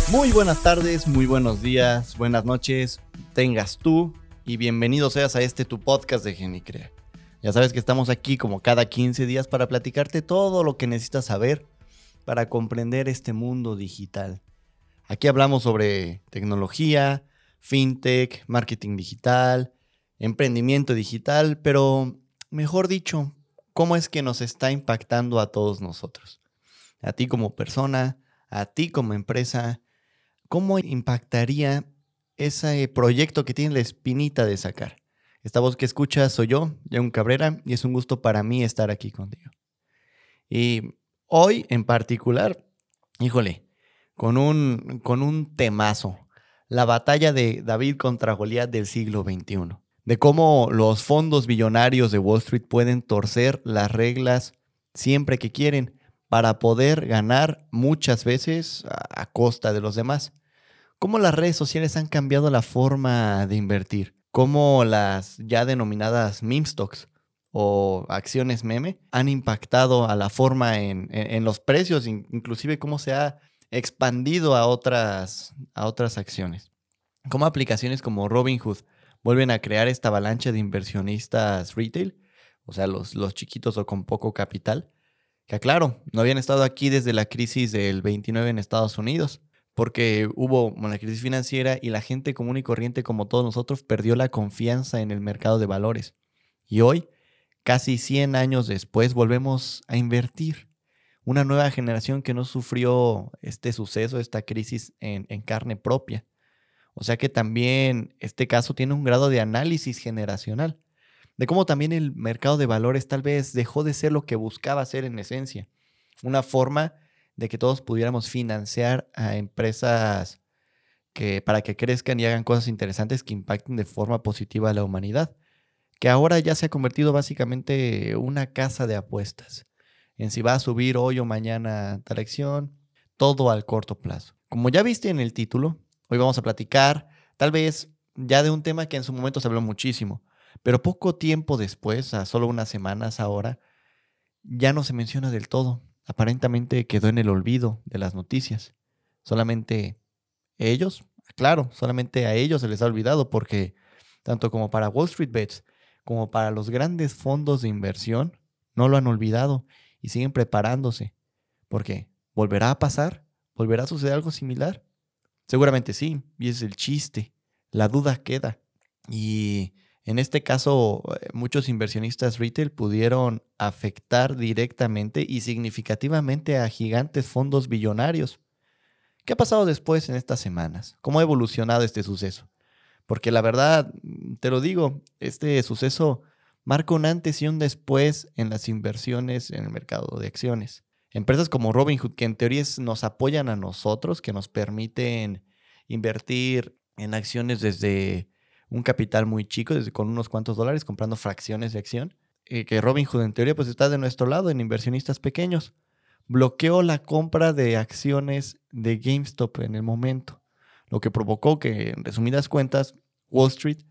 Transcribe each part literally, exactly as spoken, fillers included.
Muy buenas tardes, muy buenos días, buenas noches, tengas tú y bienvenido seas a este tu podcast de Genicrea. Ya sabes que estamos aquí como cada quince días para platicarte todo lo que necesitas saber para comprender este mundo digital. Aquí hablamos sobre tecnología, fintech, marketing digital, emprendimiento digital, pero mejor dicho, cómo es que nos está impactando a todos nosotros. A ti como persona, a ti como empresa. ¿Cómo impactaría ese proyecto que tiene la espinita de sacar? Esta voz que escuchas soy yo, John Cabrera, y es un gusto para mí estar aquí contigo. Y hoy en particular, híjole, con un, con un temazo, la batalla de David contra Goliat del siglo veintiuno, de cómo los fondos billonarios de Wall Street pueden torcer las reglas siempre que quieren para poder ganar muchas veces a, a costa de los demás. Cómo las redes sociales han cambiado la forma de invertir. Cómo las ya denominadas meme stocks o acciones meme han impactado a la forma en, en, en los precios, inclusive cómo se ha expandido a otras, a otras acciones. Cómo aplicaciones como Robinhood vuelven a crear esta avalancha de inversionistas retail, o sea, los, los chiquitos o con poco capital, que claro, no habían estado aquí desde la crisis del veintinueve en Estados Unidos, porque hubo una crisis financiera y la gente común y corriente como todos nosotros perdió la confianza en el mercado de valores. Y hoy, casi cien años después, volvemos a invertir. Una nueva generación que no sufrió este suceso, esta crisis en, en carne propia. O sea que también este caso tiene un grado de análisis generacional, de cómo también el mercado de valores tal vez dejó de ser lo que buscaba ser en esencia. Una forma de que todos pudiéramos financiar a empresas que, para que crezcan y hagan cosas interesantes que impacten de forma positiva a la humanidad, que ahora ya se ha convertido básicamente en una casa de apuestas, en si va a subir hoy o mañana tal acción, todo al corto plazo. Como ya viste en el título, hoy vamos a platicar tal vez ya de un tema que en su momento se habló muchísimo, pero poco tiempo después, a solo unas semanas ahora, ya no se menciona del todo. Aparentemente quedó en el olvido de las noticias. Solamente ellos, claro, solamente a ellos se les ha olvidado porque tanto como para Wall Street Bets como para los grandes fondos de inversión no lo han olvidado y siguen preparándose. Porque ¿volverá a pasar? ¿Volverá a suceder algo similar? Seguramente sí, y es el chiste. La duda queda. Y en este caso, muchos inversionistas retail pudieron afectar directamente y significativamente a gigantes fondos billonarios. ¿Qué ha pasado después en estas semanas? ¿Cómo ha evolucionado este suceso? Porque la verdad, te lo digo, este suceso marca un antes y un después en las inversiones en el mercado de acciones. Empresas como Robinhood, que en teoría nos apoyan a nosotros, que nos permiten invertir en acciones desde un capital muy chico, desde con unos cuantos dólares, comprando fracciones de acción, eh, que Robinhood en teoría pues está de nuestro lado en inversionistas pequeños. Bloqueó la compra de acciones de GameStop en el momento, lo que provocó que, en resumidas cuentas, Wall Street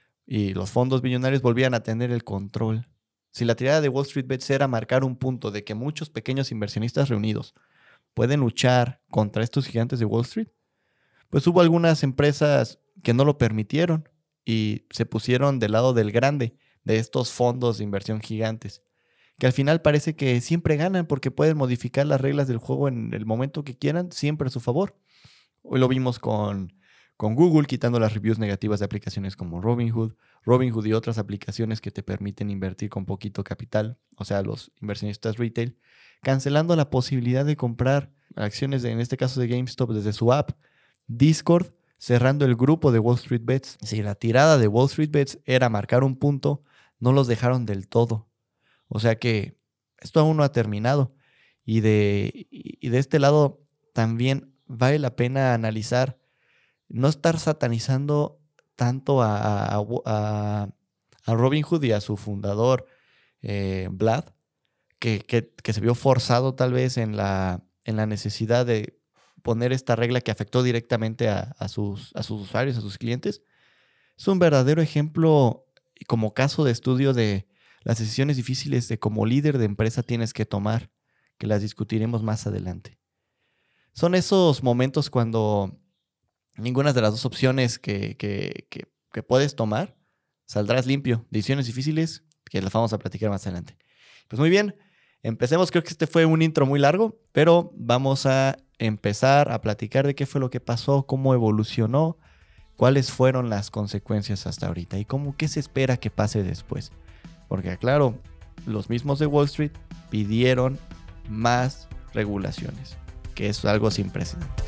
y los fondos billonarios volvían a tener el control. Si la tirada de Wall Street Bets era marcar un punto de que muchos pequeños inversionistas reunidos pueden luchar contra estos gigantes de Wall Street, pues hubo algunas empresas que no lo permitieron y se pusieron del lado del grande, de estos fondos de inversión gigantes, que al final parece que siempre ganan porque pueden modificar las reglas del juego en el momento que quieran, siempre a su favor. Hoy lo vimos con, con Google quitando las reviews negativas de aplicaciones como Robinhood, Robinhood y otras aplicaciones que te permiten invertir con poquito capital, o sea, los inversionistas retail, cancelando la posibilidad de comprar acciones, de, en este caso de GameStop, desde su app. Discord cerrando el grupo de Wall Street Bets. Si la tirada de Wall Street Bets era marcar un punto, no los dejaron del todo. O sea que esto aún no ha terminado. Y de, y de este lado también vale la pena analizar, no estar satanizando tanto a, a, a, a Robinhood y a su fundador, eh, Vlad, que, que, que se vio forzado tal vez en la, en la necesidad de poner esta regla que afectó directamente a, a, sus, a sus usuarios, a sus clientes. Es un verdadero ejemplo como caso de estudio de las decisiones difíciles de como líder de empresa tienes que tomar, que las discutiremos más adelante. Son esos momentos cuando ninguna de las dos opciones que, que, que, que puedes tomar saldrás limpio. Decisiones difíciles que las vamos a platicar más adelante. Pues muy bien, empecemos. Creo que este fue un intro muy largo, pero vamos a empezar a platicar de qué fue lo que pasó, cómo evolucionó, cuáles fueron las consecuencias hasta ahorita y cómo qué se espera que pase después. Porque claro, los mismos de Wall Street pidieron más regulaciones, que es algo sin precedentes.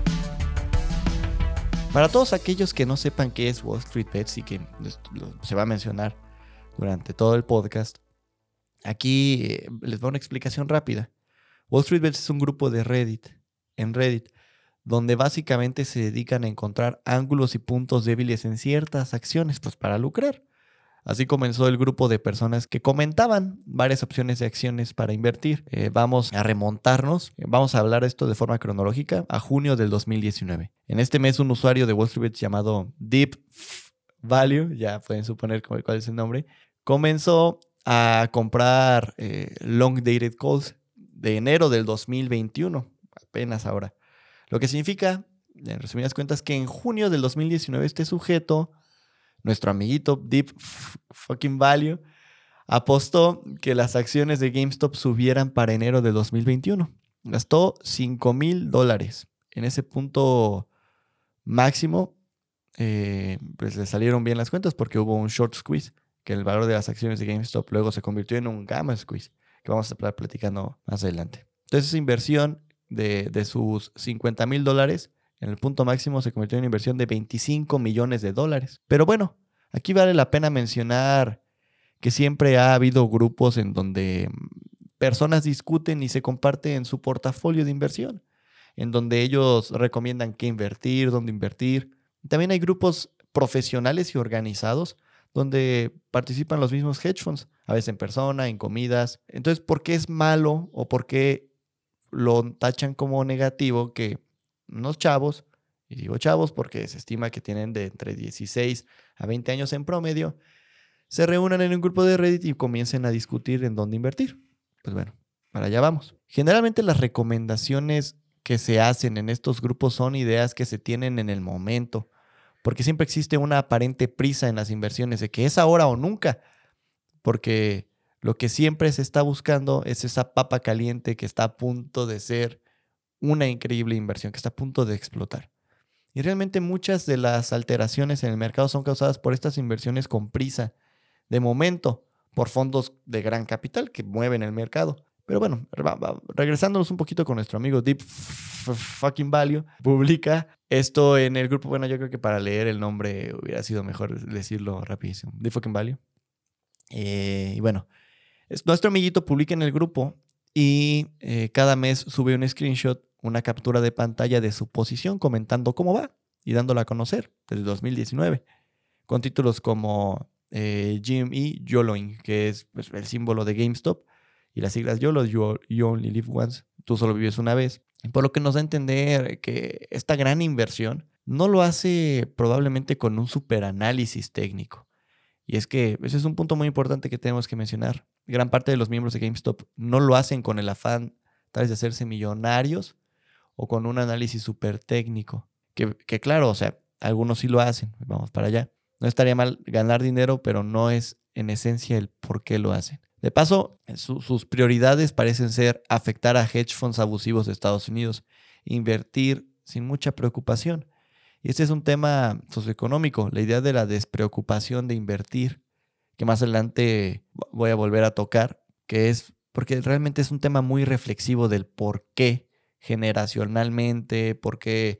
Para todos aquellos que no sepan qué es Wall Street Bets y que se va a mencionar durante todo el podcast, aquí eh, les doy una explicación rápida. Wall Street Bets es un grupo de Reddit, en Reddit, donde básicamente se dedican a encontrar ángulos y puntos débiles en ciertas acciones, pues para lucrar. Así comenzó el grupo de personas que comentaban varias opciones de acciones para invertir. Eh, vamos a remontarnos, eh, vamos a hablar de esto de forma cronológica, a junio del dos mil diecinueve. En este mes, un usuario de Wall Street Bets llamado Deep Value, ya pueden suponer cuál es el nombre, comenzó a comprar eh, long dated calls de enero del dos mil veintiuno, apenas ahora. Lo que significa, en resumidas cuentas, que en junio del dos mil diecinueve este sujeto, nuestro amiguito Deep fucking Value, apostó que las acciones de GameStop subieran para enero de dos mil veintiuno. Gastó cinco mil dólares. En ese punto máximo, eh, pues le salieron bien las cuentas porque hubo un short squeeze, que el valor de las acciones de GameStop luego se convirtió en un gamma squeeze, que vamos a estar platicando más adelante. Entonces esa inversión de, de sus cincuenta mil dólares en el punto máximo se convirtió en una inversión de veinticinco millones de dólares. Pero bueno, aquí vale la pena mencionar que siempre ha habido grupos en donde personas discuten y se comparten su portafolio de inversión, en donde ellos recomiendan qué invertir, dónde invertir. También hay grupos profesionales y organizados donde participan los mismos hedge funds, a veces en persona, en comidas. Entonces, ¿por qué es malo o por qué lo tachan como negativo que unos chavos, y digo chavos porque se estima que tienen de entre dieciséis a veinte años en promedio, se reúnan en un grupo de Reddit y comiencen a discutir en dónde invertir? Pues bueno, para allá vamos. Generalmente las recomendaciones que se hacen en estos grupos son ideas que se tienen en el momento, porque siempre existe una aparente prisa en las inversiones de que es ahora o nunca, porque lo que siempre se está buscando es esa papa caliente que está a punto de ser una increíble inversión, que está a punto de explotar. Y realmente muchas de las alteraciones en el mercado son causadas por estas inversiones con prisa, de momento, por fondos de gran capital que mueven el mercado. Pero bueno, regresándonos un poquito con nuestro amigo Deep fucking Value, publica esto en el grupo. Bueno, yo creo que para leer el nombre hubiera sido mejor decirlo rapidísimo. Deep fucking Value. Eh, y bueno, nuestro amiguito publica en el grupo y eh, cada mes sube un screenshot, una captura de pantalla de su posición comentando cómo va y dándola a conocer desde dos mil diecinueve, con títulos como eh, G M E YOLOing, que es pues, el símbolo de GameStop, y las siglas YOLO, you, you Only Live Once, tú solo vives una vez. Por lo que nos da a entender que esta gran inversión no lo hace probablemente con un superanálisis técnico. Y es que ese es un punto muy importante que tenemos que mencionar. Gran parte de los miembros de GameStop no lo hacen con el afán tal vez de hacerse millonarios o con un análisis súper técnico. Que, que claro, o sea, algunos sí lo hacen. Vamos para allá. No estaría mal ganar dinero, pero no es en esencia el por qué lo hacen. De paso, su, sus prioridades parecen ser afectar a hedge funds abusivos de Estados Unidos, invertir sin mucha preocupación. Y este es un tema socioeconómico, la idea de la despreocupación de invertir, que más adelante voy a volver a tocar, que es porque realmente es un tema muy reflexivo del por qué generacionalmente, por qué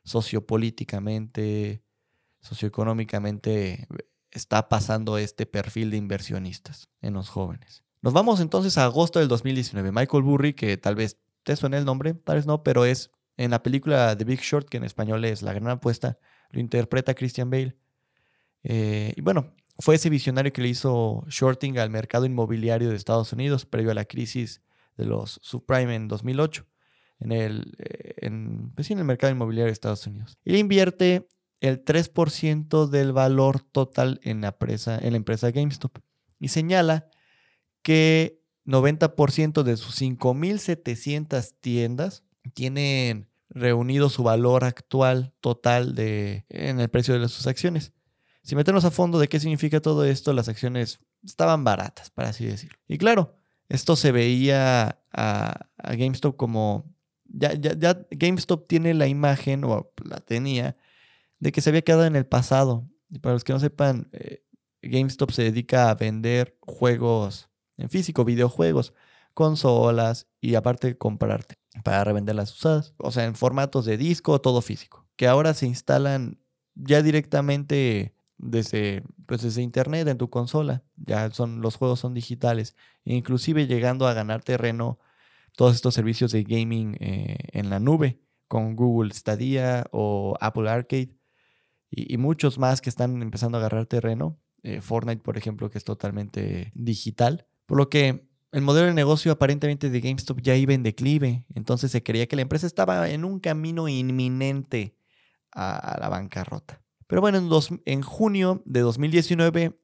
sociopolíticamente, socioeconómicamente está pasando este perfil de inversionistas en los jóvenes. Nos vamos entonces a agosto del dos mil diecinueve. Michael Burry, que tal vez te suene el nombre, tal vez no, pero es en la película The Big Short, que en español es La Gran Apuesta, lo interpreta Christian Bale. Eh, y bueno, fue ese visionario que le hizo shorting al mercado inmobiliario de Estados Unidos previo a la crisis de los subprime en dos mil ocho, en el, en, pues sí, en el mercado inmobiliario de Estados Unidos. Él invierte el tres por ciento del valor total en la, empresa, en la empresa GameStop y señala que noventa por ciento de sus cinco mil setecientas tiendas tienen reunido su valor actual total de, en el precio de sus acciones. Si metemos a fondo de qué significa todo esto, las acciones estaban baratas, para así decirlo. Y claro, esto se veía a, a GameStop como... Ya, ya, ya GameStop tiene la imagen, o la tenía, de que se había quedado en el pasado. Y para los que no sepan, eh, GameStop se dedica a vender juegos en físico, videojuegos, consolas y aparte comprarte para revenderlas usadas. O sea, en formatos de disco, todo físico. Que ahora se instalan ya directamente desde, pues desde internet en tu consola. Ya son, los juegos son digitales. E inclusive llegando a ganar terreno todos estos servicios de gaming eh, en la nube con Google Stadia o Apple Arcade y, y muchos más que están empezando a agarrar terreno. Eh, Fortnite, por ejemplo, que es totalmente digital. Por lo que el modelo de negocio aparentemente de GameStop ya iba en declive. Entonces se creía que la empresa estaba en un camino inminente a, a la bancarrota. Pero bueno, en, dos, en junio de dos mil diecinueve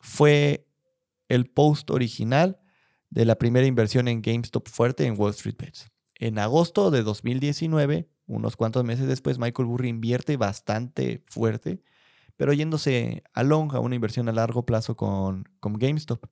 fue el post original de la primera inversión en GameStop fuerte en Wall Street Bets. En agosto de dos mil diecinueve, unos cuantos meses después, Michael Burry invierte bastante fuerte, pero yéndose a long, a una inversión a largo plazo con, con GameStop.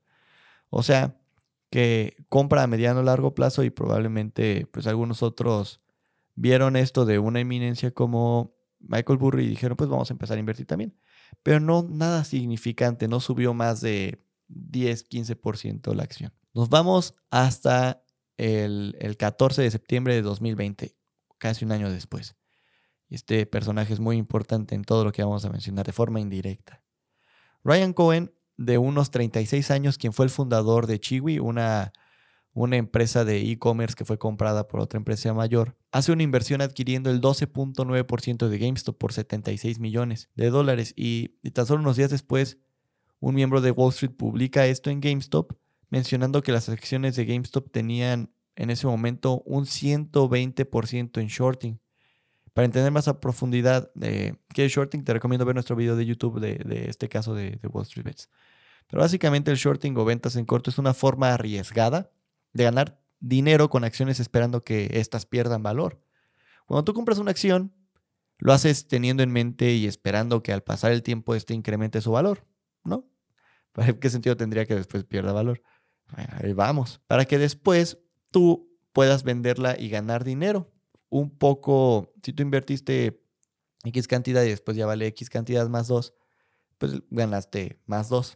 O sea, que compra a mediano o largo plazo y probablemente pues algunos otros vieron esto de una eminencia como Michael Burry y dijeron pues vamos a empezar a invertir también. Pero no nada significante, no subió más de diez a quince por ciento la acción. Nos vamos hasta el, el catorce de septiembre de dos mil veinte, casi un año después. Este personaje es muy importante en todo lo que vamos a mencionar de forma indirecta. Ryan Cohen, de unos treinta y seis años, quien fue el fundador de Chewy, una, una empresa de e-commerce que fue comprada por otra empresa mayor, hace una inversión adquiriendo el doce punto nueve por ciento de GameStop por setenta y seis millones de dólares. Y, y tan solo unos días después, un miembro de Wall Street publica esto en GameStop, mencionando que las acciones de GameStop tenían en ese momento un ciento veinte por ciento en shorting. Para entender más a profundidad eh, qué es shorting, te recomiendo ver nuestro video de YouTube de, de este caso de, de Wall Street Bets. Pero básicamente el shorting o ventas en corto es una forma arriesgada de ganar dinero con acciones esperando que éstas pierdan valor. Cuando tú compras una acción, lo haces teniendo en mente y esperando que al pasar el tiempo este incremente su valor, ¿no? ¿Para qué sentido tendría que después pierda valor? Bueno, ahí vamos. Para que después tú puedas venderla y ganar dinero. Un poco, si tú invertiste X cantidad y después ya vale X cantidad más dos, pues ganaste más dos.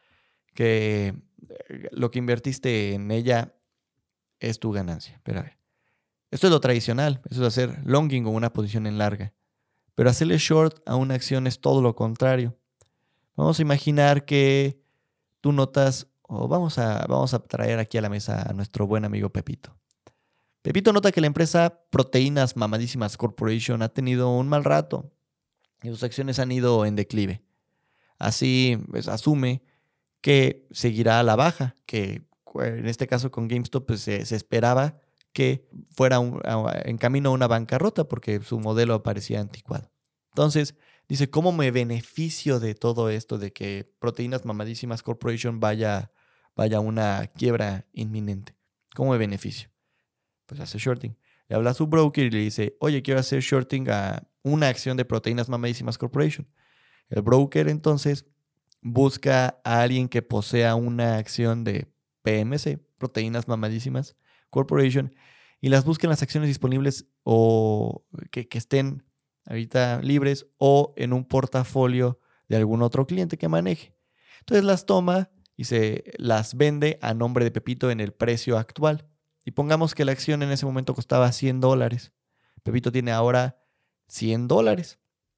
Que lo que invertiste en ella es tu ganancia. Pero a ver, esto es lo tradicional, eso es hacer longing o una posición en larga. Pero hacerle short a una acción es todo lo contrario. Vamos a imaginar que tú notas, o vamos a, vamos a traer aquí a la mesa a nuestro buen amigo Pepito. Pepito nota que la empresa Proteínas Mamadísimas Corporation ha tenido un mal rato y sus acciones han ido en declive. Así, pues, asume que seguirá a la baja, que en este caso con GameStop pues, se, se esperaba que fuera un, a, en camino a una bancarrota porque su modelo parecía anticuado. Entonces, dice, ¿cómo me beneficio de todo esto de que Proteínas Mamadísimas Corporation vaya, vaya a una quiebra inminente? ¿Cómo me beneficio? Pues hace shorting. Le habla a su broker y le dice, oye, quiero hacer shorting a una acción de Proteínas Mamadísimas Corporation. El broker entonces busca a alguien que posea una acción de P M C, Proteínas Mamadísimas Corporation, y las busca en las acciones disponibles o que, que estén ahorita libres o en un portafolio de algún otro cliente que maneje. Entonces las toma y se las vende a nombre de Pepito en el precio actual. Y pongamos que la acción en ese momento costaba cien dólares. Pepito tiene ahora cien dólares.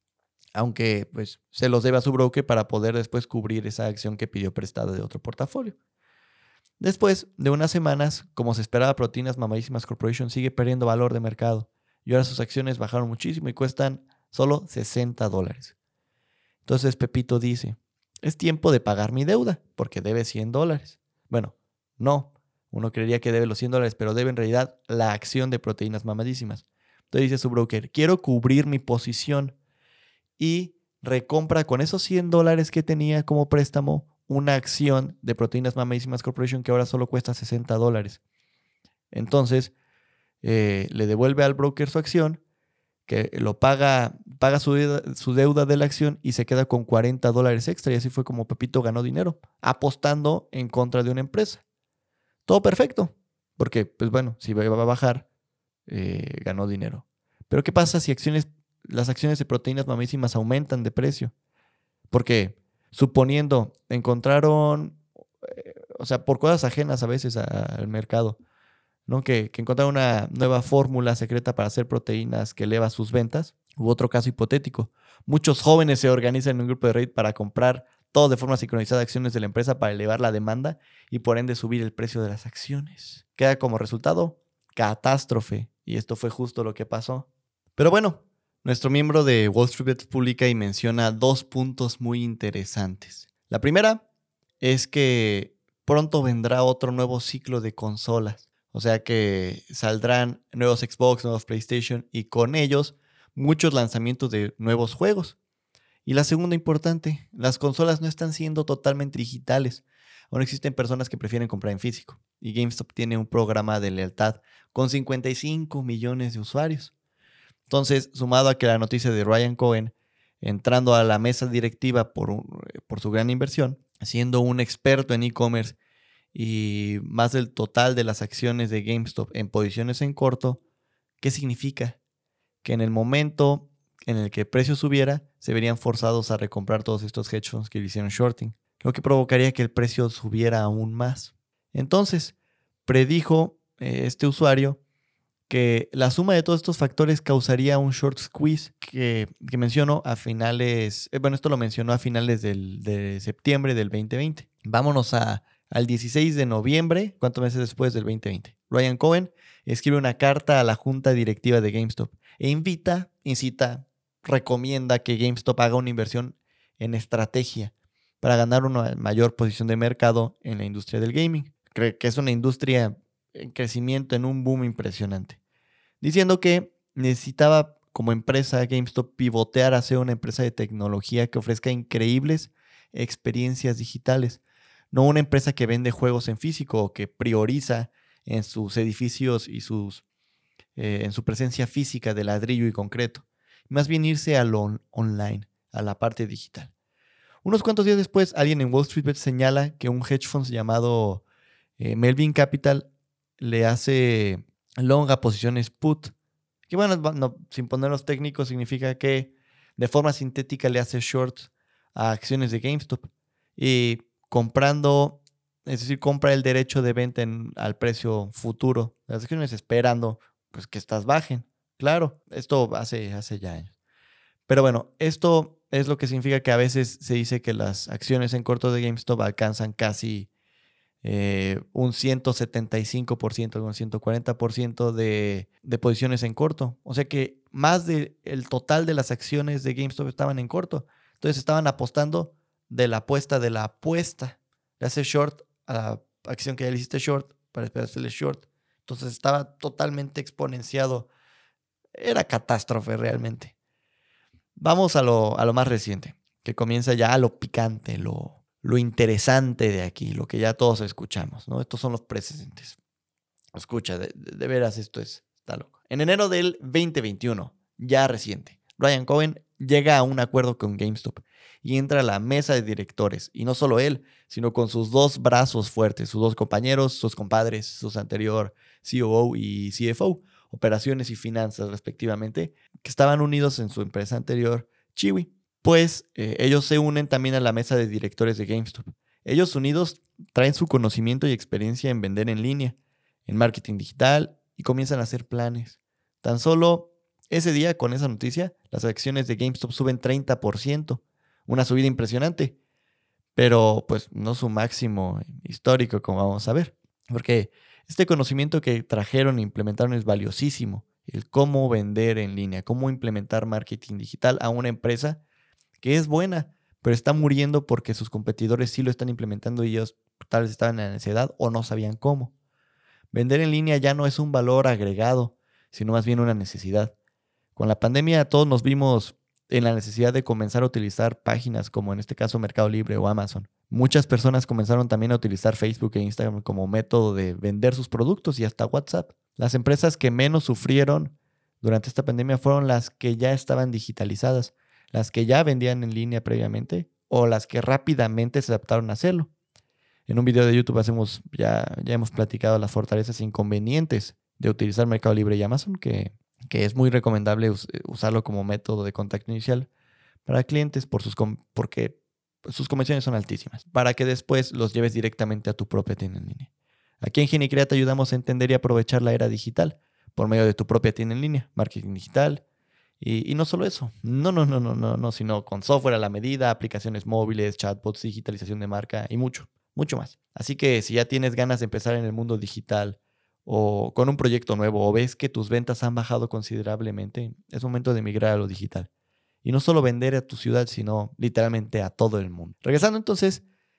Aunque pues, se los debe a su broker para poder después cubrir esa acción que pidió prestada de otro portafolio. Después de unas semanas, como se esperaba, Proteínas Mamadísimas Corporation sigue perdiendo valor de mercado. Y ahora sus acciones bajaron muchísimo y cuestan solo sesenta dólares. Entonces Pepito dice, es tiempo de pagar mi deuda, porque debe cien dólares. Bueno, no. Uno creería que debe los cien dólares, pero debe en realidad la acción de Proteínas Mamadísimas. Entonces dice su broker, quiero cubrir mi posición y recompra con esos cien dólares que tenía como préstamo una acción de Proteínas Mamadísimas Corporation que ahora solo cuesta sesenta dólares. Entonces, eh, le devuelve al broker su acción, que lo paga, paga su deuda, su deuda de la acción y se queda con cuarenta dólares extra. Y así fue como Pepito ganó dinero, apostando en contra de una empresa. Todo perfecto, porque, pues bueno, si va a bajar, eh, ganó dinero. Pero ¿qué pasa si acciones, las acciones de proteínas mamísimas aumentan de precio? Porque, suponiendo, encontraron, eh, o sea, por cosas ajenas a veces a, al mercado, ¿no? Que, que encontraron una nueva fórmula secreta para hacer proteínas que eleva sus ventas. Hubo otro caso hipotético. Muchos jóvenes se organizan en un grupo de Reddit para comprar todo de forma sincronizada acciones de la empresa para elevar la demanda y por ende subir el precio de las acciones. Queda como resultado catástrofe. Y esto fue justo lo que pasó. Pero bueno, nuestro miembro de Wall Street Bets publica y menciona dos puntos muy interesantes. La primera es que pronto vendrá otro nuevo ciclo de consolas. O sea que saldrán nuevos Xbox, nuevos PlayStation y con ellos muchos lanzamientos de nuevos juegos. Y la segunda importante, las consolas no están siendo totalmente digitales. Aún existen personas que prefieren comprar en físico. Y GameStop tiene un programa de lealtad con cincuenta y cinco millones de usuarios. Entonces, sumado a que la noticia de Ryan Cohen entrando a la mesa directiva por, un, por su gran inversión, siendo un experto en e-commerce y más del total de las acciones de GameStop en posiciones en corto, ¿qué significa? Que en el momento en el que el precio subiera, se verían forzados a recomprar todos estos hedge funds que le hicieron shorting, lo que provocaría que el precio subiera aún más. Entonces, predijo eh, este usuario que la suma de todos estos factores causaría un short squeeze que, que mencionó a finales, eh, bueno, esto lo mencionó a finales del, de septiembre del veinte veinte. Vámonos a, al dieciséis de noviembre, ¿cuántos meses después del veinte veinte? Ryan Cohen escribe una carta a la junta directiva de GameStop e invita, incita, recomienda que GameStop haga una inversión en estrategia para ganar una mayor posición de mercado en la industria del gaming. Cree que es una industria en crecimiento, en un boom impresionante. Diciendo que necesitaba como empresa GameStop pivotear a ser una empresa de tecnología que ofrezca increíbles experiencias digitales. No una empresa que vende juegos en físico o que prioriza en sus edificios y sus, eh, en su presencia física de ladrillo y concreto. Más bien irse a lo on- online, a la parte digital. Unos cuantos días después, alguien en Wall Street Bet señala que un hedge fund llamado eh, Melvin Capital le hace long a posiciones put. Que bueno, no, sin ponerlos técnicos, significa que de forma sintética le hace short a acciones de GameStop. Y comprando, es decir, compra el derecho de venta en, al precio futuro de las acciones, esperando pues, que estas bajen. Claro, esto hace, hace ya años. Pero bueno, esto es lo que significa que a veces se dice que las acciones en corto de GameStop alcanzan casi eh, un ciento setenta y cinco por ciento, un ciento cuarenta por ciento de, de posiciones en corto. O sea que más del total de las acciones de GameStop estaban en corto. Entonces estaban apostando de la apuesta de la apuesta. Le hace short a la acción que ya le hiciste short para esperársele short. Entonces estaba totalmente exponenciado. Era catástrofe realmente. Vamos a lo, a lo más reciente, que comienza ya a lo picante, lo, lo interesante de aquí, lo que ya todos escuchamos, ¿no? Estos son los precedentes. Escucha, de, de, de veras esto es, está loco. En enero del veinte veintiuno, ya reciente, Ryan Cohen llega a un acuerdo con GameStop y entra a la mesa de directores. Y no solo él, sino con sus dos brazos fuertes, sus dos compañeros, sus compadres, sus anterior C O O y C F O, operaciones y finanzas respectivamente, que estaban unidos en su empresa anterior, Chewy. Pues eh, ellos se unen también a la mesa de directores de GameStop. Ellos unidos traen su conocimiento y experiencia en vender en línea, en marketing digital y comienzan a hacer planes. Tan solo ese día, con esa noticia, las acciones de GameStop suben treinta por ciento. Una subida impresionante, pero pues no su máximo histórico, como vamos a ver. Porque este conocimiento que trajeron e implementaron es valiosísimo. El cómo vender en línea, cómo implementar marketing digital a una empresa que es buena, pero está muriendo porque sus competidores sí lo están implementando y ellos tal vez estaban en la necesidad o no sabían cómo. Vender en línea ya no es un valor agregado, sino más bien una necesidad. Con la pandemia todos nos vimos en la necesidad de comenzar a utilizar páginas como en este caso Mercado Libre o Amazon. Muchas personas comenzaron también a utilizar Facebook e Instagram como método de vender sus productos y hasta WhatsApp. Las empresas que menos sufrieron durante esta pandemia fueron las que ya estaban digitalizadas, las que ya vendían en línea previamente o las que rápidamente se adaptaron a hacerlo. En un video de YouTube hacemos, ya, ya hemos platicado las fortalezas e inconvenientes de utilizar Mercado Libre y Amazon, que, que es muy recomendable us, usarlo como método de contacto inicial para clientes por sus, porque sus comisiones son altísimas, para que después los lleves directamente a tu propia tienda en línea. Aquí en GeniCrea te ayudamos a entender y aprovechar la era digital por medio de tu propia tienda en línea, marketing digital. Y, y no solo eso, no, no, no, no, no, no, sino con software a la medida, aplicaciones móviles, chatbots, digitalización de marca y mucho, mucho más. Así que si ya tienes ganas de empezar en el mundo digital o con un proyecto nuevo o ves que tus ventas han bajado considerablemente, es momento de migrar a lo digital. Y no solo vender a tu ciudad, sino literalmente a todo el mundo. Regresando entonces,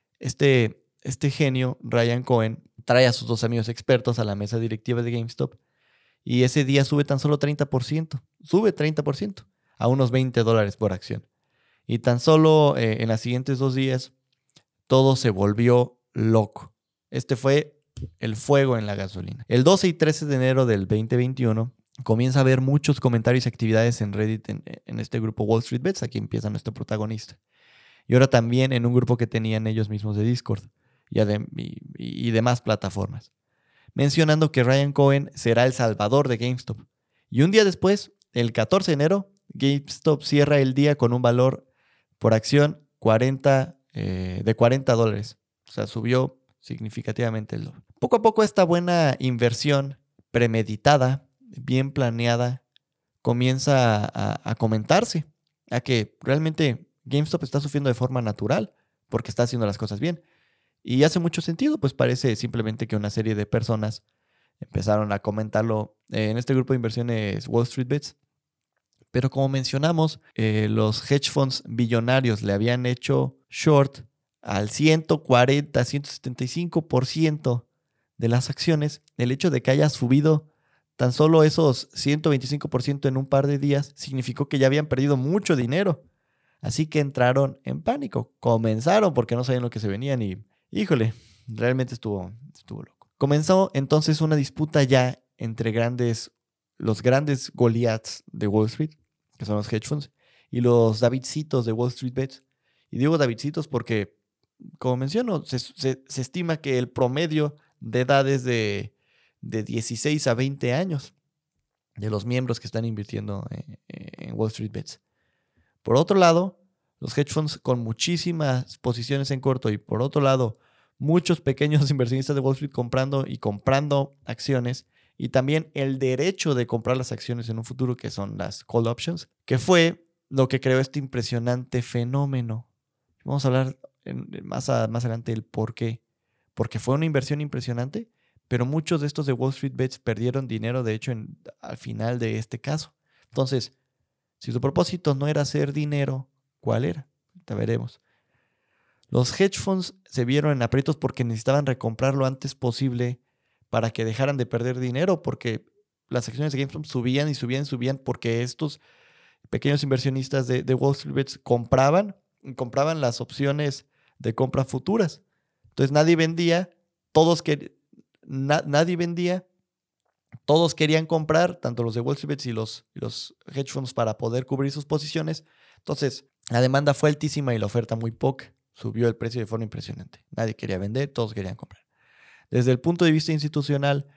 este, este genio, Ryan Cohen, trae a sus dos amigos expertos a la mesa directiva de GameStop y ese día sube tan solo treinta por ciento. Sube treinta por ciento a unos veinte dólares por acción. Y tan solo eh, en los siguientes dos días todo se volvió loco. Este fue el fuego en la gasolina. El doce y trece de enero del veinte veintiuno comienza a haber muchos comentarios y actividades en Reddit en, en este grupo Wall Street Bets. Aquí empieza nuestro protagonista. Y ahora también en un grupo que tenían ellos mismos de Discord y, adem- y, y demás plataformas, mencionando que Ryan Cohen será el salvador de GameStop. Y un día después, el catorce de enero, GameStop cierra el día con un valor por acción cuarenta, eh, de cuarenta dólares. O sea, subió significativamente el doble. Poco a poco esta buena inversión premeditada, bien planeada, comienza a, a, a comentarse, a que realmente GameStop está sufriendo de forma natural porque está haciendo las cosas bien. Y hace mucho sentido, pues parece simplemente que una serie de personas empezaron a comentarlo eh, en este grupo de inversiones Wall Street Bets. Pero como mencionamos, eh, los hedge funds billonarios le habían hecho short al ciento cuarenta, ciento setenta y cinco por ciento de las acciones. El hecho de que haya subido tan solo esos ciento veinticinco por ciento en un par de días significó que ya habían perdido mucho dinero. Así que entraron en pánico. Comenzaron porque no sabían lo que se venían y, híjole, realmente estuvo, estuvo loco. Comenzó entonces una disputa ya entre grandes, los grandes Goliaths de Wall Street, que son los hedge funds, y los Davidcitos de Wall Street Bets. Y digo Davidcitos porque, como menciono, se, se, se estima que el promedio de edad es de, de dieciséis a veinte años de los miembros que están invirtiendo en, en Wall Street Bets. Por otro lado, los hedge funds con muchísimas posiciones en corto y por otro lado, muchos pequeños inversionistas de Wall Street comprando y comprando acciones y también el derecho de comprar las acciones en un futuro, que son las call options, que fue lo que creó este impresionante fenómeno. Vamos a hablar en, más, a, más adelante del por qué. Porque fue una inversión impresionante, pero muchos de estos de Wall Street Bets perdieron dinero, de hecho, en, al final de este caso. Entonces, si su propósito no era hacer dinero, ¿cuál era? Te veremos. Los hedge funds se vieron en aprietos porque necesitaban recomprar lo antes posible para que dejaran de perder dinero, porque las acciones de GameStop subían y subían y subían porque estos pequeños inversionistas de, de Wall Street Bets compraban, compraban las opciones de compra futuras. Entonces nadie vendía, todos que, na, nadie vendía, todos querían comprar, tanto los de Wall Street Bets y los, y los hedge funds para poder cubrir sus posiciones. Entonces la demanda fue altísima y la oferta muy poca. Subió el precio de forma impresionante. Nadie quería vender, todos querían comprar. Desde el punto de vista institucional,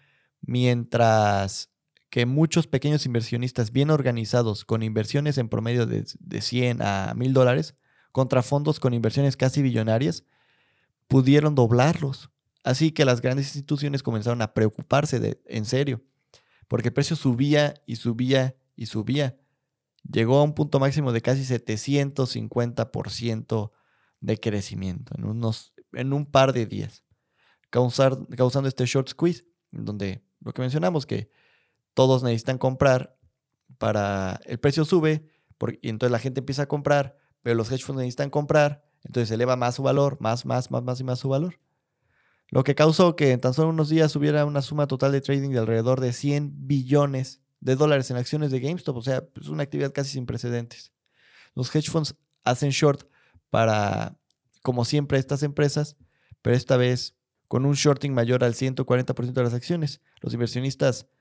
mientras que muchos pequeños inversionistas bien organizados con inversiones en promedio de, de cien a mil dólares contra fondos con inversiones casi billonarias, pudieron doblarlos. Así que las grandes instituciones comenzaron a preocuparse de, en serio, porque el precio subía y subía y subía. Llegó a un punto máximo de casi setecientos cincuenta por ciento de crecimiento en, unos, en un par de días, causar, causando este short squeeze, donde lo que mencionamos, que todos necesitan comprar para... El precio sube por, y entonces la gente empieza a comprar, pero los hedge funds necesitan comprar, entonces se eleva más su valor, más, más, más, más y más su valor. Lo que causó que en tan solo unos días hubiera una suma total de trading de alrededor de cien billones de dólares en acciones de GameStop. O sea, es una actividad casi sin precedentes. Los hedge funds hacen short para, como siempre, estas empresas, pero esta vez con un shorting mayor al ciento cuarenta por ciento de las acciones. Los inversionistas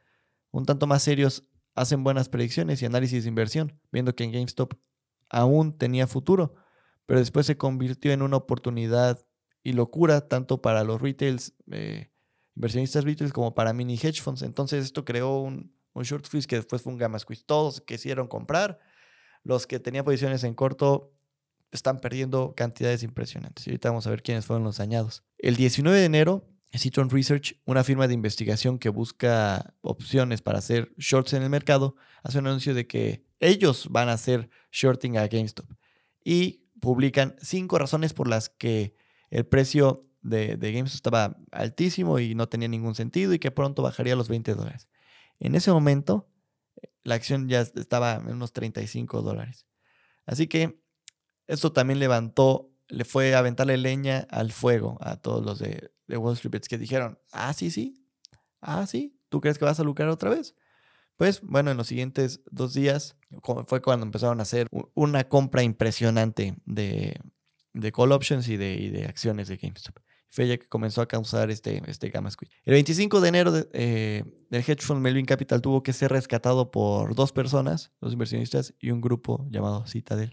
un tanto más serios hacen buenas predicciones y análisis de inversión, viendo que en GameStop aún tenía futuro, pero después se convirtió en una oportunidad y locura tanto para los retails, eh, inversionistas retails como para mini hedge funds. Entonces esto creó un, un short squeeze que después fue un gamma squeeze. Todos quisieron comprar. Los que tenían posiciones en corto están perdiendo cantidades impresionantes. Y ahorita vamos a ver quiénes fueron los dañados. El diecinueve de enero, Citron Research, una firma de investigación que busca opciones para hacer shorts en el mercado, hace un anuncio de que ellos van a hacer shorting a GameStop. Y publican cinco razones por las que el precio de, de GameStop estaba altísimo y no tenía ningún sentido y que pronto bajaría a los veinte dólares. En ese momento, la acción ya estaba en unos treinta y cinco dólares. Así que esto también levantó, le fue a aventarle leña al fuego a todos los de, de Wall Street Bets que dijeron, ah, sí, sí, ah, sí, ¿tú crees que vas a lucrar otra vez? Pues bueno, en los siguientes dos días fue cuando empezaron a hacer una compra impresionante de, de call options y de, y de acciones de GameStop. Fue ya que comenzó a causar este, este gamma squeeze. El veinticinco de enero de, eh, el hedge fund Melvin Capital tuvo que ser rescatado por dos personas, dos inversionistas y un grupo llamado Citadel.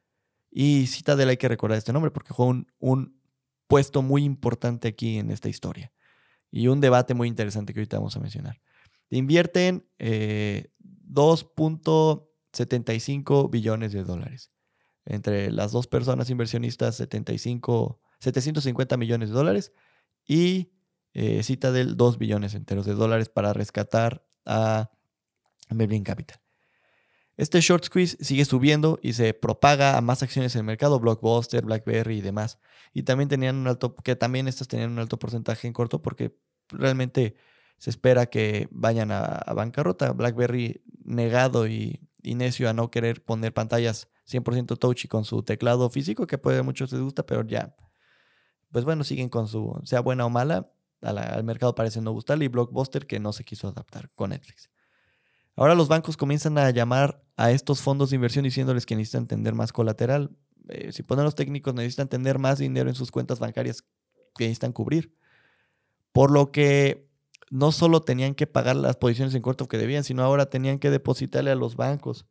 Y Citadel hay que recordar este nombre porque fue un, un puesto muy importante aquí en esta historia. Y un debate muy interesante que ahorita vamos a mencionar. Invierten eh, dos punto setenta y cinco billones de dólares. Entre las dos personas inversionistas, setenta y cinco, setecientos cincuenta millones de dólares. Y eh, Citadel, dos billones enteros de dólares para rescatar a Melvin Capital. Este short squeeze sigue subiendo y se propaga a más acciones en el mercado, Blockbuster, BlackBerry y demás. Y también tenían un alto, que también estas tenían un alto porcentaje en corto porque realmente se espera que vayan a, a bancarrota. BlackBerry negado y, y necio a no querer poner pantallas cien por ciento touch y con su teclado físico, que puede a muchos les gusta, pero ya, pues bueno, siguen con su, sea buena o mala, a la, al mercado parece no gustarle, y Blockbuster que no se quiso adaptar con Netflix. Ahora los bancos comienzan a llamar a estos fondos de inversión diciéndoles que necesitan tener más colateral. Eh, si ponen los técnicos, necesitan tener más dinero en sus cuentas bancarias que necesitan cubrir. Por lo que no solo tenían que pagar las posiciones en corto que debían, sino ahora tenían que depositarle a los bancos.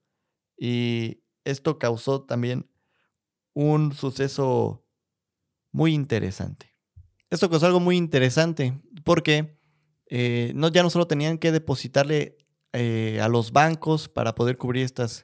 Y esto causó también un suceso muy interesante. Esto causó algo muy interesante porque eh, no, ya no solo tenían que depositarle eh, a los bancos para poder cubrir estas,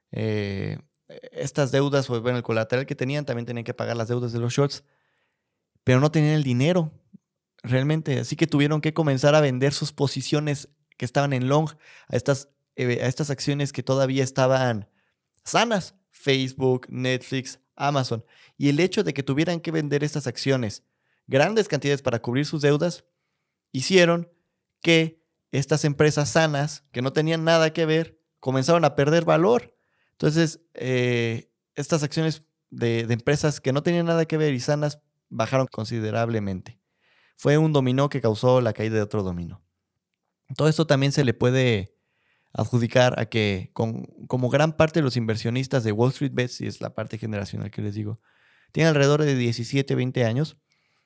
eh, estas deudas o bueno, el colateral que tenían, también tenían que pagar las deudas de los shorts, pero no tenían el dinero realmente, así que tuvieron que comenzar a vender sus posiciones que estaban en long a estas, eh, a estas acciones que todavía estaban sanas, Facebook, Netflix, Amazon. Y el hecho de que tuvieran que vender estas acciones, grandes cantidades para cubrir sus deudas, hicieron que estas empresas sanas, que no tenían nada que ver, comenzaron a perder valor. Entonces, eh, estas acciones de, de empresas que no tenían nada que ver y sanas bajaron considerablemente. Fue un dominó que causó la caída de otro dominó. Todo esto también se le puede adjudicar a que, con, como gran parte de los inversionistas de Wall Street Bets, y es la parte generacional que les digo, tienen alrededor de diecisiete, veinte años.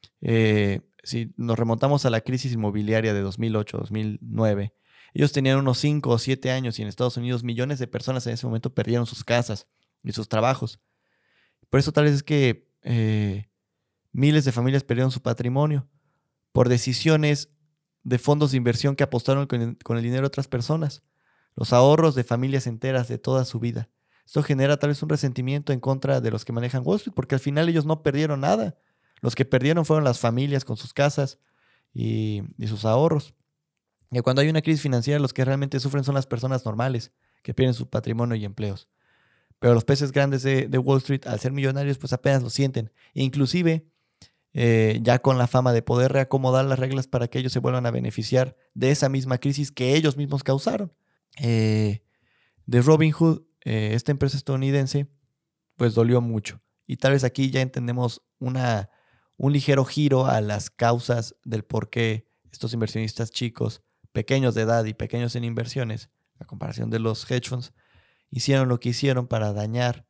Eh, si nos remontamos a la crisis inmobiliaria de dos mil ocho, dos mil nueve, ellos tenían unos cinco o siete años y en Estados Unidos millones de personas en ese momento perdieron sus casas y sus trabajos. Por eso tal vez es que eh, miles de familias perdieron su patrimonio por decisiones de fondos de inversión que apostaron con el, con el dinero de otras personas, los ahorros de familias enteras de toda su vida. Esto genera tal vez un resentimiento en contra de los que manejan Wall Street, porque al final ellos no perdieron nada. Los que perdieron fueron las familias con sus casas y, y sus ahorros. Y cuando hay una crisis financiera, los que realmente sufren son las personas normales, que pierden su patrimonio y empleos. Pero los peces grandes de, de Wall Street, al ser millonarios, pues apenas lo sienten. E inclusive, eh, ya con la fama de poder reacomodar las reglas para que ellos se vuelvan a beneficiar de esa misma crisis que ellos mismos causaron. Eh, de Robinhood, eh, esta empresa estadounidense, pues dolió mucho. Y tal vez aquí ya entendemos una, un ligero giro a las causas del por qué estos inversionistas chicos, pequeños de edad y pequeños en inversiones, a comparación de los hedge funds, hicieron lo que hicieron para dañar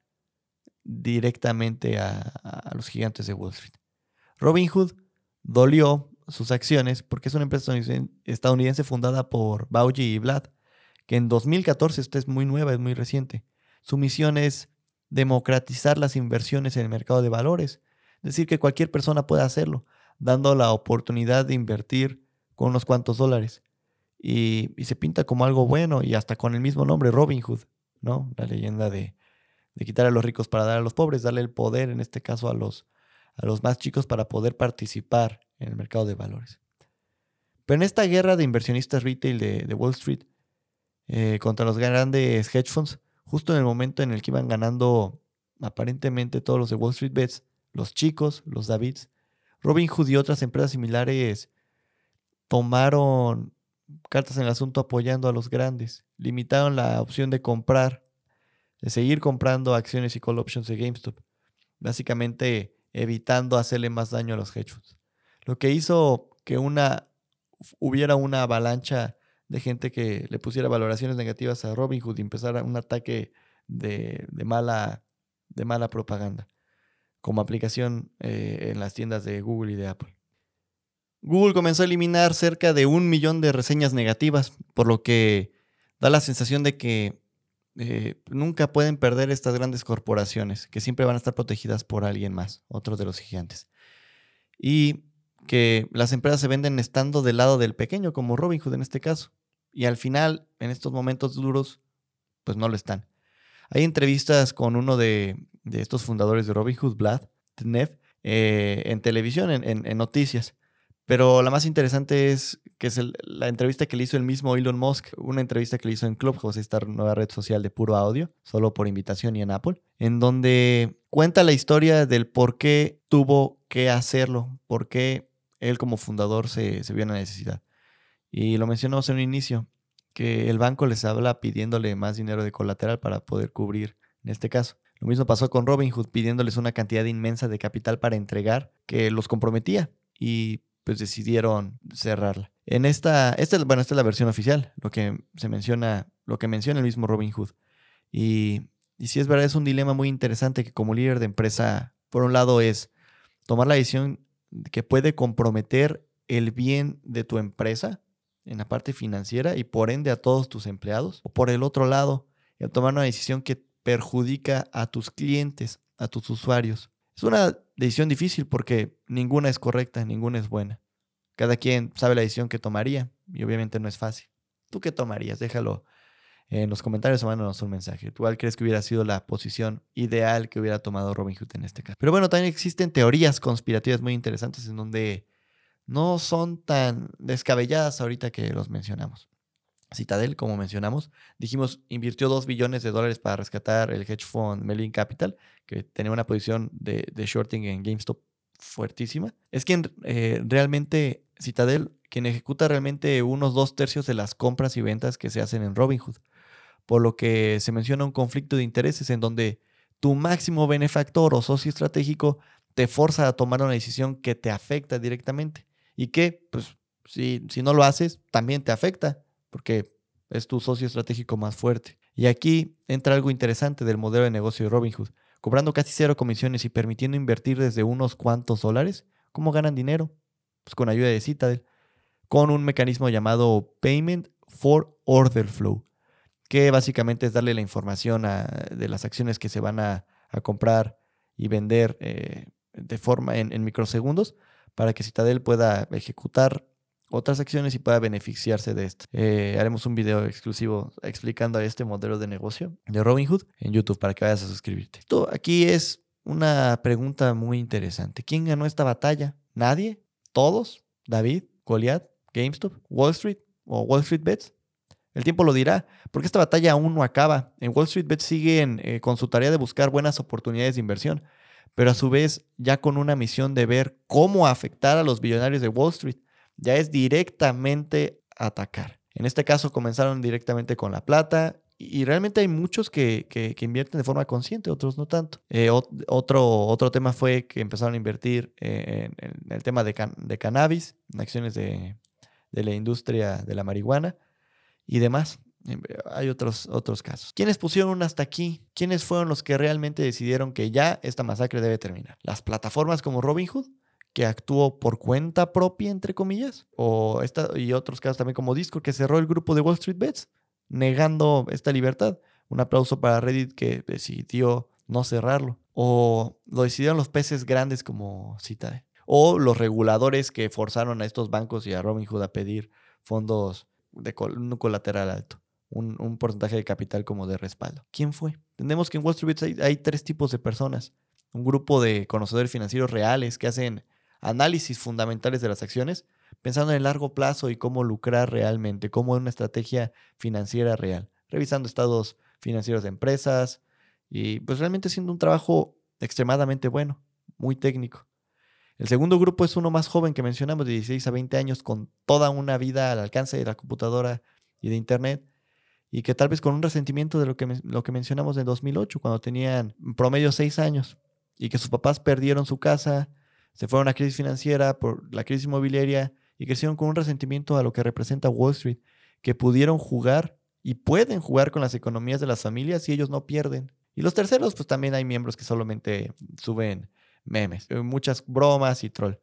directamente a, a los gigantes de Wall Street. Robinhood dolió, sus acciones porque es una empresa estadounidense fundada por Bauji y Vlad, que en dos mil catorce, esta es muy nueva, es muy reciente. Su misión es democratizar las inversiones en el mercado de valores, es decir, que cualquier persona pueda hacerlo, dando la oportunidad de invertir con unos cuantos dólares. Y, y se pinta como algo bueno, y hasta con el mismo nombre, Robin Hood, ¿no? La leyenda de, de quitar a los ricos para dar a los pobres, darle el poder, en este caso a los, a los más chicos, para poder participar en el mercado de valores. Pero en esta guerra de inversionistas retail de, de Wall Street eh, contra los grandes hedge funds, justo en el momento en el que iban ganando aparentemente todos los de Wall Street Bets, los chicos, los Davids, Robinhood y otras empresas similares tomaron cartas en el asunto apoyando a los grandes. Limitaron la opción de comprar, de seguir comprando acciones y call options de GameStop, básicamente evitando hacerle más daño a los hedge funds. Lo que hizo que una, hubiera una avalancha de gente que le pusiera valoraciones negativas a Robinhood y empezara un ataque de, de, mala, de mala propaganda, como aplicación eh, en las tiendas de Google y de Apple. Google comenzó a eliminar cerca de un millón de reseñas negativas, por lo que da la sensación de que eh, nunca pueden perder estas grandes corporaciones, que siempre van a estar protegidas por alguien más, otro de los gigantes. Y que las empresas se venden estando del lado del pequeño, como Robinhood en este caso. Y al final, en estos momentos duros, pues no lo están. Hay entrevistas con uno de, de estos fundadores de Robinhood, Vlad Tenev, eh, en televisión, en, en, en noticias. Pero la más interesante es que es el, la entrevista que le hizo el mismo Elon Musk, una entrevista que le hizo en Clubhouse, esta nueva red social de puro audio, solo por invitación y en Apple, en donde cuenta la historia del por qué tuvo que hacerlo, por qué él como fundador se, se vio en la necesidad. Y lo mencionamos en un inicio, que el banco les habla pidiéndole más dinero de colateral para poder cubrir en este caso. Lo mismo pasó con Robinhood, pidiéndoles una cantidad inmensa de capital para entregar que los comprometía y pues decidieron cerrarla. En esta, esta, bueno, esta es la versión oficial, lo que se menciona, lo que menciona el mismo Robinhood. Y, y sí es verdad, es un dilema muy interesante que como líder de empresa, por un lado es tomar la decisión que puede comprometer el bien de tu empresa en la parte financiera y por ende a todos tus empleados. O por el otro lado, el tomar una decisión que perjudica a tus clientes, a tus usuarios. Es una decisión difícil porque ninguna es correcta, ninguna es buena. Cada quien sabe la decisión que tomaría y obviamente no es fácil. ¿Tú qué tomarías? Déjalo en los comentarios o mándanos un mensaje. ¿Tú cuál crees que hubiera sido la posición ideal que hubiera tomado Robinhood en este caso? Pero bueno, también existen teorías conspirativas muy interesantes en donde no son tan descabelladas ahorita que los mencionamos. Citadel, como mencionamos, dijimos, invirtió dos billones de dólares para rescatar el hedge fund Mellin Capital, que tenía una posición de, de shorting en GameStop fuertísima. Es quien eh, realmente, Citadel, quien ejecuta realmente unos dos tercios de las compras y ventas que se hacen en Robinhood, por lo que se menciona un conflicto de intereses en donde tu máximo benefactor o socio estratégico te forza a tomar una decisión que te afecta directamente y que, pues, si, si no lo haces, también te afecta, porque es tu socio estratégico más fuerte. Y aquí entra algo interesante del modelo de negocio de Robinhood. Cobrando casi cero comisiones y permitiendo invertir desde unos cuantos dólares, ¿cómo ganan dinero? Pues con ayuda de Citadel, con un mecanismo llamado Payment for Order Flow, que básicamente es darle la información a, de las acciones que se van a, a comprar y vender eh, de forma en, en microsegundos para que Citadel pueda ejecutar otras acciones y pueda beneficiarse de esto. Eh, haremos un video exclusivo explicando este modelo de negocio de Robinhood en YouTube para que vayas a suscribirte. Esto aquí es una pregunta muy interesante. ¿Quién ganó esta batalla? ¿Nadie? ¿Todos? ¿David? ¿Goliath? ¿GameStop? ¿Wall Street? ¿O Wall Street Bets? El tiempo lo dirá, porque esta batalla aún no acaba. En Wall Street Bets siguen eh, con su tarea de buscar buenas oportunidades de inversión, pero a su vez ya con una misión de ver cómo afectar a los billonarios de Wall Street. Ya es directamente atacar. En este caso comenzaron directamente con la plata y, y realmente hay muchos que, que, que invierten de forma consciente, otros no tanto. Eh, ot- otro, otro tema fue que empezaron a invertir eh, en, en el tema de, can- de cannabis, en acciones de, de la industria de la marihuana y demás. Hay otros, otros casos. ¿Quiénes pusieron un hasta aquí? ¿Quiénes fueron los que realmente decidieron que ya esta masacre debe terminar? ¿Las plataformas como Robinhood, que actuó por cuenta propia, entre comillas, o esta, y otros casos también como Discord, que cerró el grupo de Wall Street Bets, negando esta libertad. Un aplauso para Reddit que decidió no cerrarlo. O lo decidieron los peces grandes como Citadel. O los reguladores que forzaron a estos bancos y a Robinhood a pedir fondos de col- un colateral alto. Un, un porcentaje de capital como de respaldo. ¿Quién fue? Entendemos que en Wall Street hay, hay tres tipos de personas. Un grupo de conocedores financieros reales que hacen análisis fundamentales de las acciones, pensando en el largo plazo y cómo lucrar realmente, cómo una estrategia financiera real, revisando estados financieros de empresas y pues realmente haciendo un trabajo extremadamente bueno, muy técnico. El segundo grupo es uno más joven que mencionamos, de dieciséis a veinte años, con toda una vida al alcance de la computadora y de internet, y que tal vez con un resentimiento de lo que, lo que mencionamos en dos mil ocho, cuando tenían en promedio seis años, y que sus papás perdieron su casa, se fueron a una crisis financiera por la crisis inmobiliaria, y crecieron con un resentimiento a lo que representa Wall Street, que pudieron jugar y pueden jugar con las economías de las familias y ellos no pierden. Y los terceros, pues también hay miembros que solamente suben memes, muchas bromas y troll.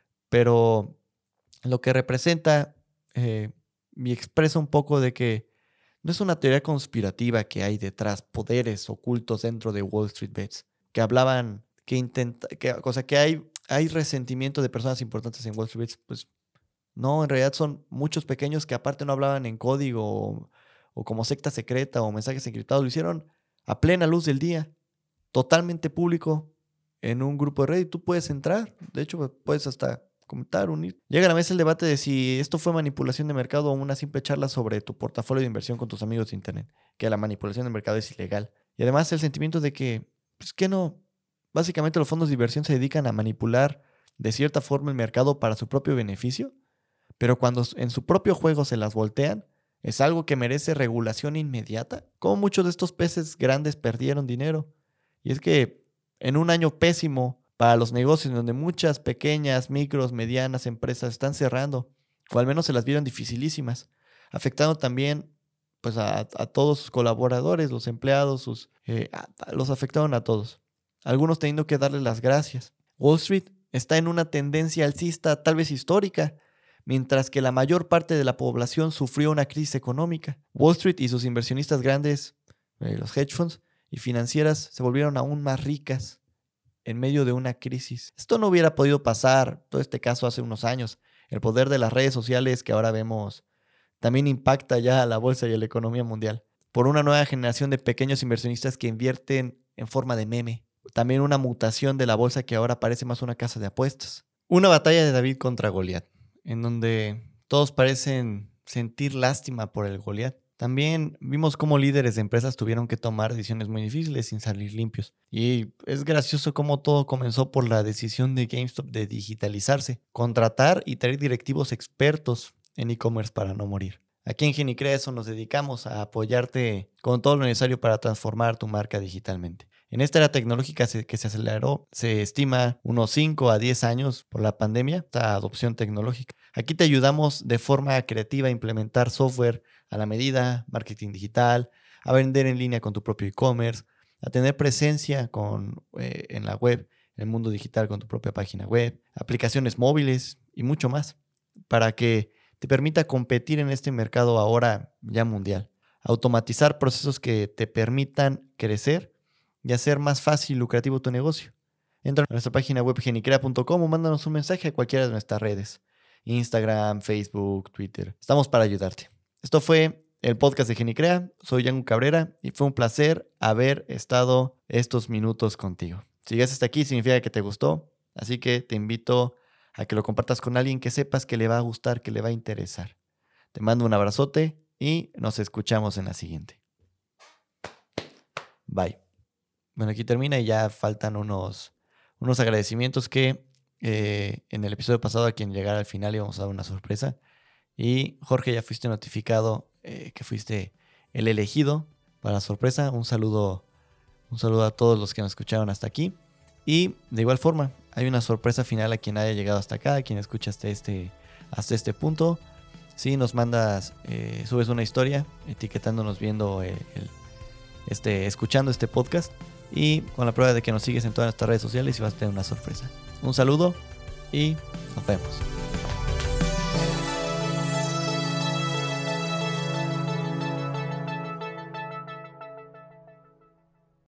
Pero lo que representa eh, y expresa un poco de que no es una teoría conspirativa que hay detrás, poderes ocultos dentro de Wall Street Bets, que hablaban, que intenta, que, o sea, que hay, hay resentimiento de personas importantes en Wall Street Bets. Pues no, en realidad son muchos pequeños que aparte no hablaban en código o, o como secta secreta o mensajes encriptados. Lo hicieron a plena luz del día, totalmente público, en un grupo de Reddit. Tú puedes entrar, de hecho puedes hasta comentar, unir. Llega a la mesa el debate de si esto fue manipulación de mercado o una simple charla sobre tu portafolio de inversión con tus amigos de internet, que la manipulación de mercado es ilegal. Y además el sentimiento de que, pues que no, básicamente los fondos de inversión se dedican a manipular de cierta forma el mercado para su propio beneficio, pero cuando en su propio juego se las voltean, es algo que merece regulación inmediata. Como muchos de estos peces grandes perdieron dinero. Y es que en un año pésimo para los negocios, donde muchas pequeñas, micros, medianas empresas están cerrando, o al menos se las vieron dificilísimas, afectando también pues, a, a todos sus colaboradores, los empleados, sus, eh, a, a, los afectaron a todos. Algunos teniendo que darles las gracias. Wall Street está en una tendencia alcista tal vez histórica, mientras que la mayor parte de la población sufrió una crisis económica. Wall Street y sus inversionistas grandes, eh, los hedge funds y financieras, se volvieron aún más ricas en medio de una crisis. Esto no hubiera podido pasar, todo este caso, hace unos años. El poder de las redes sociales que ahora vemos también impacta ya a la bolsa y a la economía mundial. Por una nueva generación de pequeños inversionistas que invierten en forma de meme. También una mutación de la bolsa que ahora parece más una casa de apuestas. Una batalla de David contra Goliat, en donde todos parecen sentir lástima por el Goliat. También vimos cómo líderes de empresas tuvieron que tomar decisiones muy difíciles sin salir limpios. Y es gracioso cómo todo comenzó por la decisión de GameStop de digitalizarse, contratar y traer directivos expertos en e-commerce para no morir. Aquí en Genicrea eso nos dedicamos a apoyarte con todo lo necesario para transformar tu marca digitalmente. En esta era tecnológica que se aceleró, se estima unos cinco a diez años por la pandemia, esta adopción tecnológica. Aquí te ayudamos de forma creativa a implementar software a la medida, marketing digital, a vender en línea con tu propio e-commerce, a tener presencia con, eh, en la web, en el mundo digital con tu propia página web, aplicaciones móviles y mucho más, para que te permita competir en este mercado ahora ya mundial. Automatizar procesos que te permitan crecer y hacer más fácil y lucrativo tu negocio. Entra a nuestra página web genicrea punto com o mándanos un mensaje a cualquiera de nuestras redes. Instagram, Facebook, Twitter. Estamos para ayudarte. Esto fue el podcast de Genicrea. Soy Yango Cabrera y fue un placer haber estado estos minutos contigo. Si llegaste hasta aquí significa que te gustó, así que te invito a que lo compartas con alguien que sepas que le va a gustar, que le va a interesar. Te mando un abrazote y nos escuchamos en la siguiente. Bye. Bueno, aquí termina y ya faltan unos, unos agradecimientos que eh, en el episodio pasado a quien llegara al final íbamos a dar una sorpresa. Y Jorge, ya fuiste notificado eh, que fuiste el elegido para la sorpresa. Un saludo, un saludo a todos los que nos escucharon hasta aquí. Y de igual forma, hay una sorpresa final a quien haya llegado hasta acá, a quien escucha hasta este, hasta este punto. Si nos mandas, eh, subes una historia etiquetándonos viendo el, el, este, escuchando este podcast. Y con la prueba de que nos sigues en todas nuestras redes sociales y vas a tener una sorpresa. Un saludo y nos vemos.